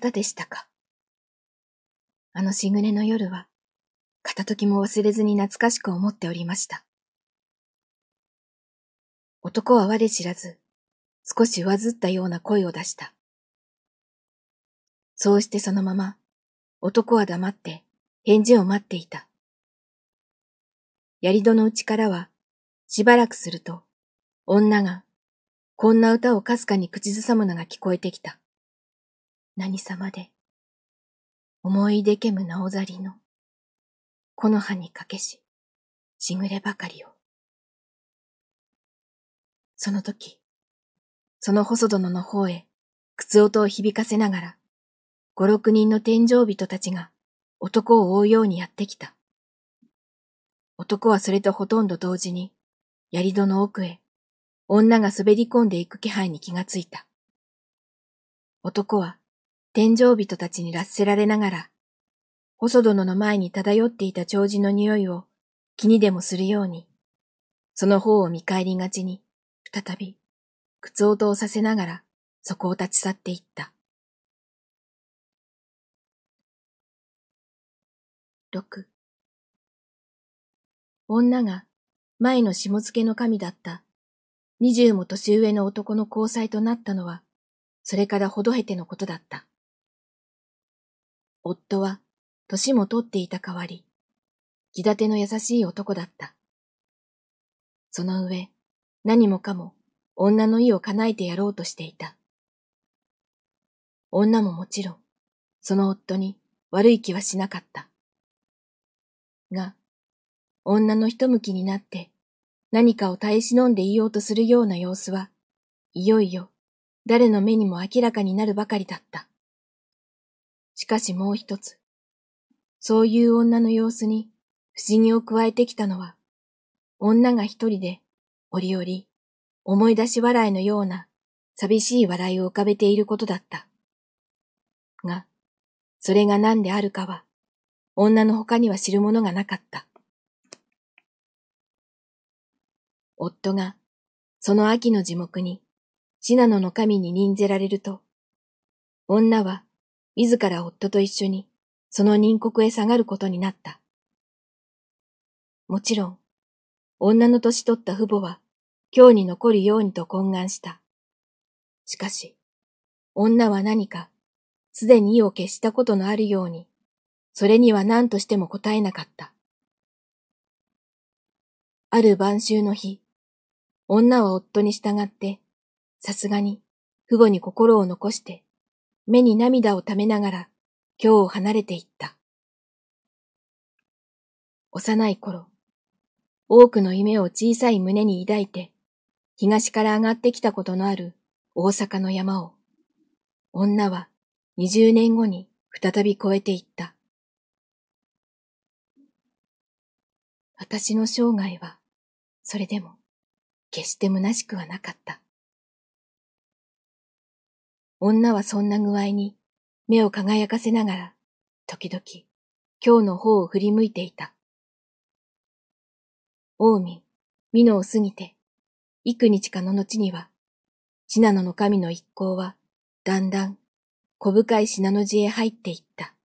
方でしたか。あのしぐれの夜は、片時も忘れずに懐かしく思っておりました。男は我知らず、少し上ずったような声を出した。そうしてそのまま、男は黙って返事を待っていた。槍戸の内からは、しばらくすると、女が、こんな歌をかすかに口ずさむのが聞こえてきた。何様で、思い出けむなおざりの、木の葉にかけし、しぐればかりを。その時、その細殿の方へ、靴音を響かせながら、五六人の天井人たちが男を追うようにやってきた。男はそれとほとんど同時に、槍戸の奥へ、女が滑り込んでいく気配に気がついた。男は、天井人たちに拉せられながら、細殿の前に漂っていた丁子の匂いを気にでもするように、その方を見返りがちに、再び、靴音をさせながら、そこを立ち去っていった。6女が前の下野の神だった20も年上の男の交際となったのはそれからほどへてのことだった。夫は年も取っていた代わり気立ての優しい男だった。その上何もかも女の意を叶えてやろうとしていた。女ももちろんその夫に悪い気はしなかった。が女の一向きになって何かを耐え忍んでいようとするような様子はいよいよ誰の目にも明らかになるばかりだった。しかしもう一つ、そういう女の様子に不思議を加えてきたのは、女が一人で折々思い出し笑いのような寂しい笑いを浮かべていることだった。が、それが何であるかは女の他には知るものがなかった。夫が、その秋の地獄に、信濃の神に任ぜられると、女は、自ら夫と一緒に、その任国へ下がることになった。もちろん、女の年取った父母は、今日に残るようにと懇願した。しかし、女は何か、すでに意を決したことのあるように、それには何としても答えなかった。ある晩秋の日、女は夫に従って、さすがに父母に心を残して、目に涙をためながら今日を離れていった。幼い頃、多くの夢を小さい胸に抱いて、東から上がってきたことのある大阪の山を、女は20年後に再び越えていった。私の生涯は、それでも、決して虚しくはなかった。女はそんな具合に目を輝かせながら、時々今日の方を振り向いていた。近江、美濃を過ぎて、幾日かの後には、信濃の神の一行は、だんだん小深い信濃路へ入っていった。